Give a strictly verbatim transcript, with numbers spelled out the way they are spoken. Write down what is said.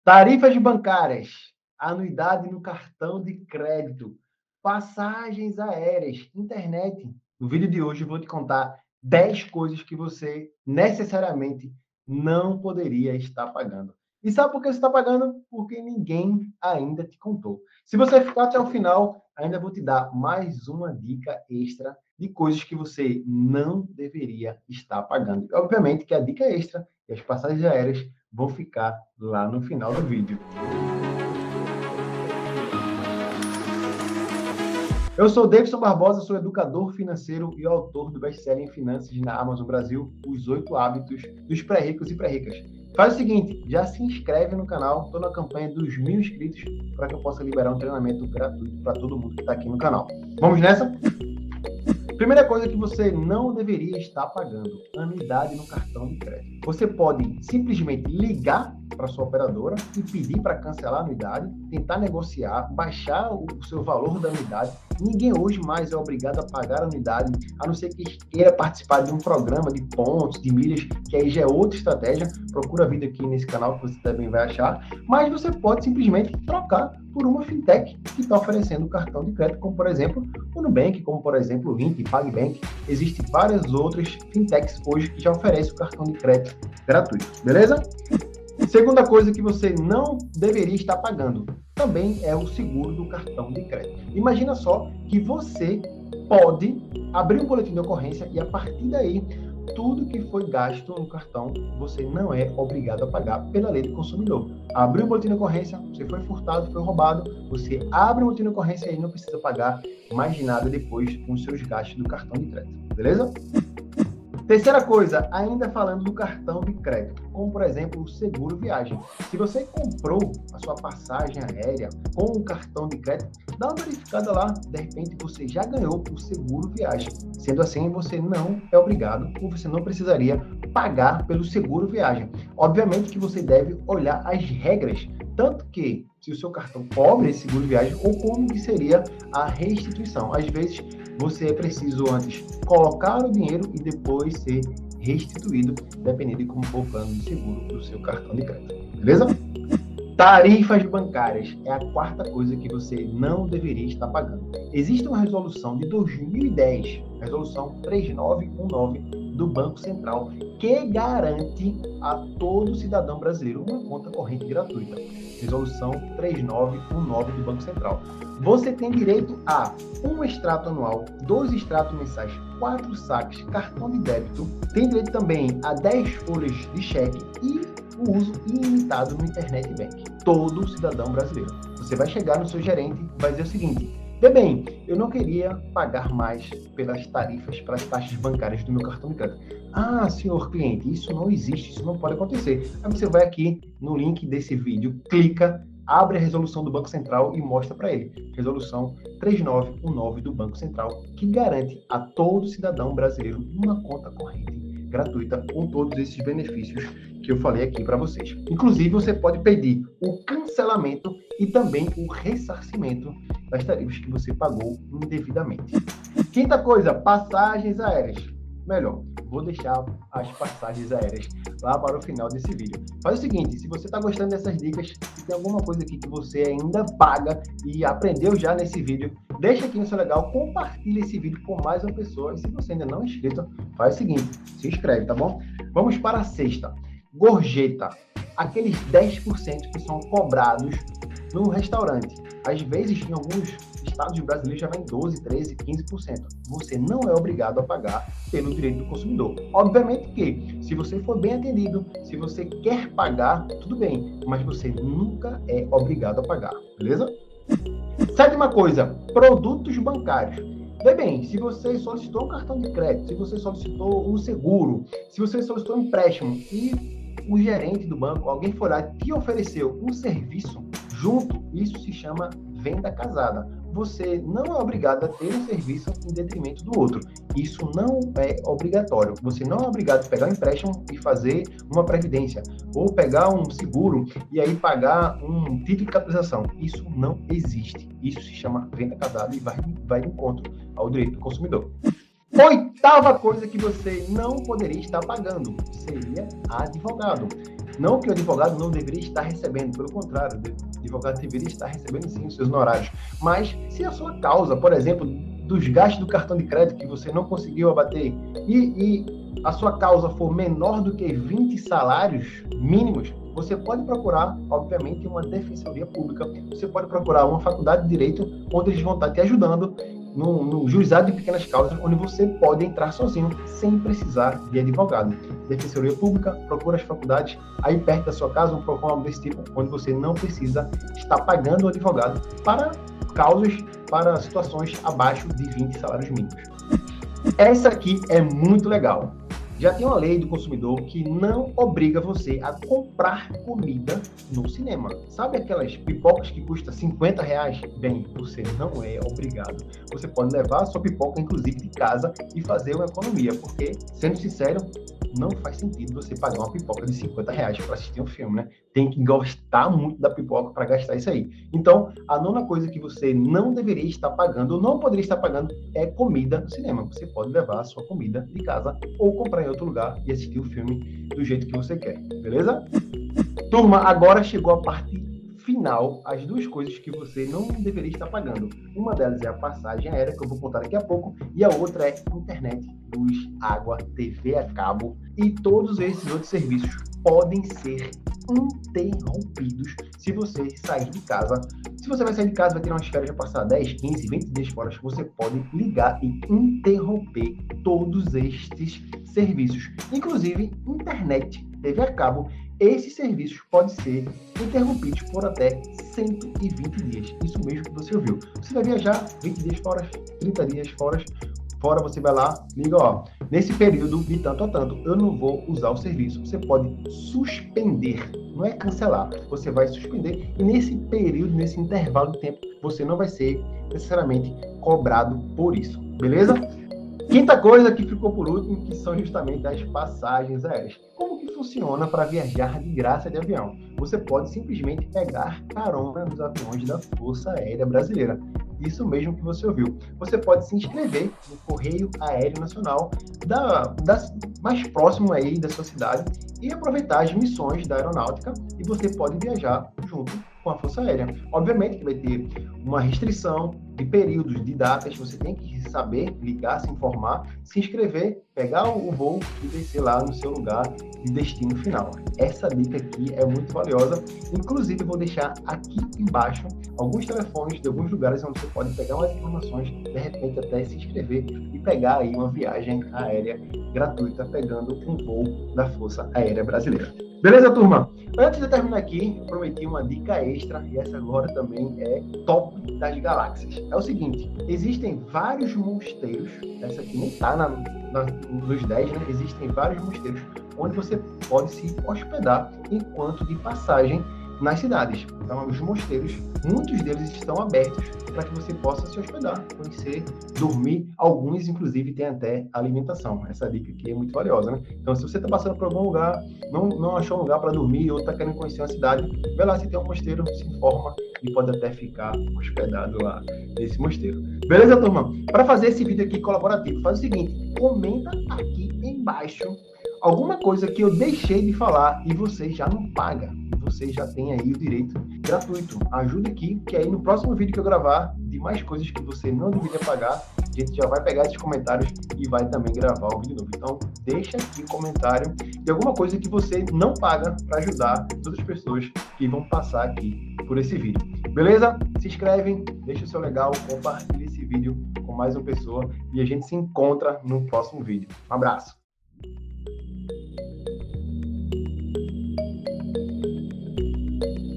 Tarifas bancárias, anuidade no cartão de crédito, passagens aéreas, internet. No vídeo de hoje eu vou te contar dez coisas que você necessariamente não poderia estar pagando. E sabe por que você está pagando? Porque ninguém ainda te contou. Se você ficar até o final, ainda vou te dar mais uma dica extra de coisas que você não deveria estar pagando. E, obviamente que a dica extra e as passagens aéreas vão ficar lá no final do vídeo. Eu sou Davidson Barbosa, sou educador financeiro e autor do best-seller em finanças na Amazon Brasil, Os Oito Hábitos dos Pré-Ricos e Pré-Ricas. Faz o seguinte, já se inscreve no canal, estou na campanha dos mil inscritos para que eu possa liberar um treinamento gratuito para todo mundo que está aqui no canal. Vamos nessa? Primeira coisa que você não deveria estar pagando, anuidade no cartão de crédito. Você pode simplesmente ligar para sua operadora e pedir para cancelar a anuidade, tentar negociar, baixar o seu valor da anuidade. Ninguém hoje mais é obrigado a pagar a anuidade, a não ser que queira participar de um programa de pontos, de milhas, que aí já é outra estratégia. Procura vídeo aqui nesse canal que você também vai achar. Mas você pode simplesmente trocar por uma fintech que está oferecendo o cartão de crédito, como por exemplo o Nubank, como por exemplo o Link, PagBank. Existem várias outras fintechs hoje que já oferecem o cartão de crédito gratuito, beleza? Segunda coisa que você não deveria estar pagando também é o seguro do cartão de crédito. Imagina só que você pode abrir um boletim de ocorrência e a partir daí tudo que foi gasto no cartão, você não é obrigado a pagar pela lei do consumidor. Abriu o boletim de ocorrência, você foi furtado, foi roubado, você abre o boletim de ocorrência e não precisa pagar mais nada depois com os seus gastos do cartão de crédito, beleza? Terceira coisa, ainda falando do cartão de crédito, como por exemplo o seguro viagem. Se você comprou a sua passagem aérea com o cartão de crédito, dá uma verificada lá, de repente você já ganhou o seguro viagem. Sendo assim, você não é obrigado ou você não precisaria pagar pelo seguro viagem. Obviamente que você deve olhar as regras, tanto que se o seu cartão cobre esse seguro viagem ou como que seria a restituição. Às vezes você é preciso antes colocar o dinheiro e depois ser restituído, dependendo de como for o plano de seguro do seu cartão de crédito. Beleza? Tarifas bancárias é a quarta coisa que você não deveria estar pagando. Existe uma resolução de dois mil e dez, resolução três nove um nove do Banco Central, que garante a todo cidadão brasileiro uma conta corrente gratuita. Resolução três nove um nove do Banco Central. Você tem direito a um extrato anual, dois extratos mensais, quatro saques, cartão de débito. Tem direito também a dez folhas de cheque e o uso ilimitado no Internet Bank. Todo cidadão brasileiro. Você vai chegar no seu gerente e vai dizer o seguinte: "Vê bem, eu não queria pagar mais pelas tarifas, pelas taxas bancárias do meu cartão de crédito." "Ah, senhor cliente, isso não existe, isso não pode acontecer." Aí você vai aqui no link desse vídeo, clica, abre a resolução do Banco Central e mostra para ele. Resolução três nove um nove do Banco Central, que garante a todo cidadão brasileiro uma conta corrente gratuita com todos esses benefícios que eu falei aqui para vocês. Inclusive, você pode pedir o cancelamento e também o ressarcimento das tarifas que você pagou indevidamente. Quinta coisa, passagens aéreas. Melhor, vou deixar as passagens aéreas lá para o final desse vídeo. Faz o seguinte, se você está gostando dessas dicas, se tem alguma coisa aqui que você ainda paga e aprendeu já nesse vídeo, deixa aqui no seu legal, compartilha esse vídeo com mais uma pessoa e se você ainda não é inscrito, faz o seguinte, se inscreve, tá bom? Vamos para a sexta. Gorjeta, aqueles dez por cento que são cobrados no restaurante. Às vezes, em alguns estados brasileiros já vai em doze, treze, quinze por cento. Você não é obrigado a pagar pelo direito do consumidor. Obviamente que, se você for bem atendido, se você quer pagar, tudo bem, mas você nunca é obrigado a pagar, beleza? Sétima coisa, produtos bancários. Vê bem, se você solicitou um cartão de crédito, se você solicitou um seguro, se você solicitou um empréstimo e o gerente do banco, alguém foi lá e te ofereceu um serviço junto, isso se chama venda casada. Você não é obrigado a ter um serviço em detrimento do outro. Isso não é obrigatório. Você não é obrigado a pegar um empréstimo e fazer uma previdência, ou pegar um seguro e aí pagar um título de capitalização. Isso não existe. Isso se chama venda casada e vai, vai de encontro ao direito do consumidor. Oitava coisa que você não poderia estar pagando seria advogado. Não que o advogado não deveria estar recebendo, pelo contrário, o advogado deveria estar recebendo sim os seus honorários. Mas se a sua causa, por exemplo, dos gastos do cartão de crédito que você não conseguiu abater e, e a sua causa for menor do que vinte salários mínimos, você pode procurar, obviamente, uma defensoria pública, você pode procurar uma faculdade de direito, onde eles vão estar te ajudando no, no juizado de pequenas causas, onde você pode entrar sozinho, sem precisar de advogado. Defensoria pública, procura as faculdades aí perto da sua casa, um programa desse tipo, onde você não precisa estar pagando o advogado para causas, para situações abaixo de vinte salários mínimos. Essa aqui é muito legal. Já tem uma lei do consumidor que não obriga você a comprar comida no cinema. Sabe aquelas pipocas que custam cinquenta reais? Bem, você não é obrigado. Você pode levar a sua pipoca, inclusive, de casa e fazer uma economia, porque, sendo sincero, não faz sentido você pagar uma pipoca de cinquenta reais para assistir um filme, né? Tem que gostar muito da pipoca para gastar isso aí. Então, a nona coisa que você não deveria estar pagando, ou não poderia estar pagando, é comida no cinema. Você pode levar a sua comida de casa ou comprar em outro lugar e assistir o filme do jeito que você quer, beleza? Turma, agora chegou a parte final, as duas coisas que você não deveria estar pagando. Uma delas é a passagem aérea, que eu vou contar daqui a pouco, e a outra é internet, luz, água, T V a cabo, e todos esses outros serviços podem ser interrompidos se você sair de casa. Se você vai sair de casa, vai ter umas férias, vai passar dez, quinze, vinte dias fora, você pode ligar e interromper todos estes serviços, inclusive internet, T V a cabo. Esses serviços podem ser interrompidos por até cento e vinte dias. Isso mesmo que você ouviu. Você vai viajar vinte dias fora, trinta dias fora, fora você vai lá, liga, ó, nesse período de tanto a tanto, eu não vou usar o serviço. Você pode suspender, não é cancelar. Você vai suspender e nesse período, nesse intervalo de tempo, você não vai ser necessariamente cobrado por isso. Beleza? Quinta coisa que ficou por último, que são justamente as passagens aéreas. Como que funciona para viajar de graça de avião? Você pode simplesmente pegar carona nos aviões da Força Aérea Brasileira. Isso mesmo que você ouviu. Você pode se inscrever no Correio Aéreo Nacional da, da, mais próximo aí da sua cidade e aproveitar as missões da aeronáutica e você pode viajar junto com a Força Aérea. Obviamente que vai ter uma restrição de períodos, de datas, você tem que saber, ligar, se informar, se inscrever, pegar o voo e descer lá no seu lugar de destino final. Essa dica aqui é muito valiosa. Inclusive, eu vou deixar aqui embaixo alguns telefones de alguns lugares onde você pode pegar mais informações, de repente até se inscrever e pegar aí uma viagem aérea gratuita, pegando um voo da Força Aérea Brasileira. Beleza, turma? Antes de terminar aqui, prometi uma dica extra, e essa agora também é top das galáxias. É o seguinte, existem vários mosteiros, essa aqui nem está na, na, nos dez, né? Existem vários mosteiros onde você pode se hospedar enquanto de passagem nas cidades. Então, os mosteiros, muitos deles estão abertos para que você possa se hospedar, conhecer, dormir. Alguns, inclusive, têm até alimentação. Essa dica aqui é muito valiosa, né? Então, se você está passando por algum lugar, não, não achou um lugar para dormir ou está querendo conhecer uma cidade, vai lá, se tem um mosteiro, se informa e pode até ficar hospedado lá nesse mosteiro. Beleza, turma? Para fazer esse vídeo aqui colaborativo, faz o seguinte, comenta aqui embaixo alguma coisa que eu deixei de falar e você já não paga. Você já tem aí o direito gratuito. Ajuda aqui, que aí no próximo vídeo que eu gravar, de mais coisas que você não deveria pagar, a gente já vai pegar esses comentários e vai também gravar o vídeo novo. Então, deixa aqui um comentário de alguma coisa que você não paga para ajudar as outras pessoas que vão passar aqui por esse vídeo. Beleza? Se inscreve, deixa o seu legal, compartilha esse vídeo com mais uma pessoa e a gente se encontra no próximo vídeo. Um abraço! Thank you.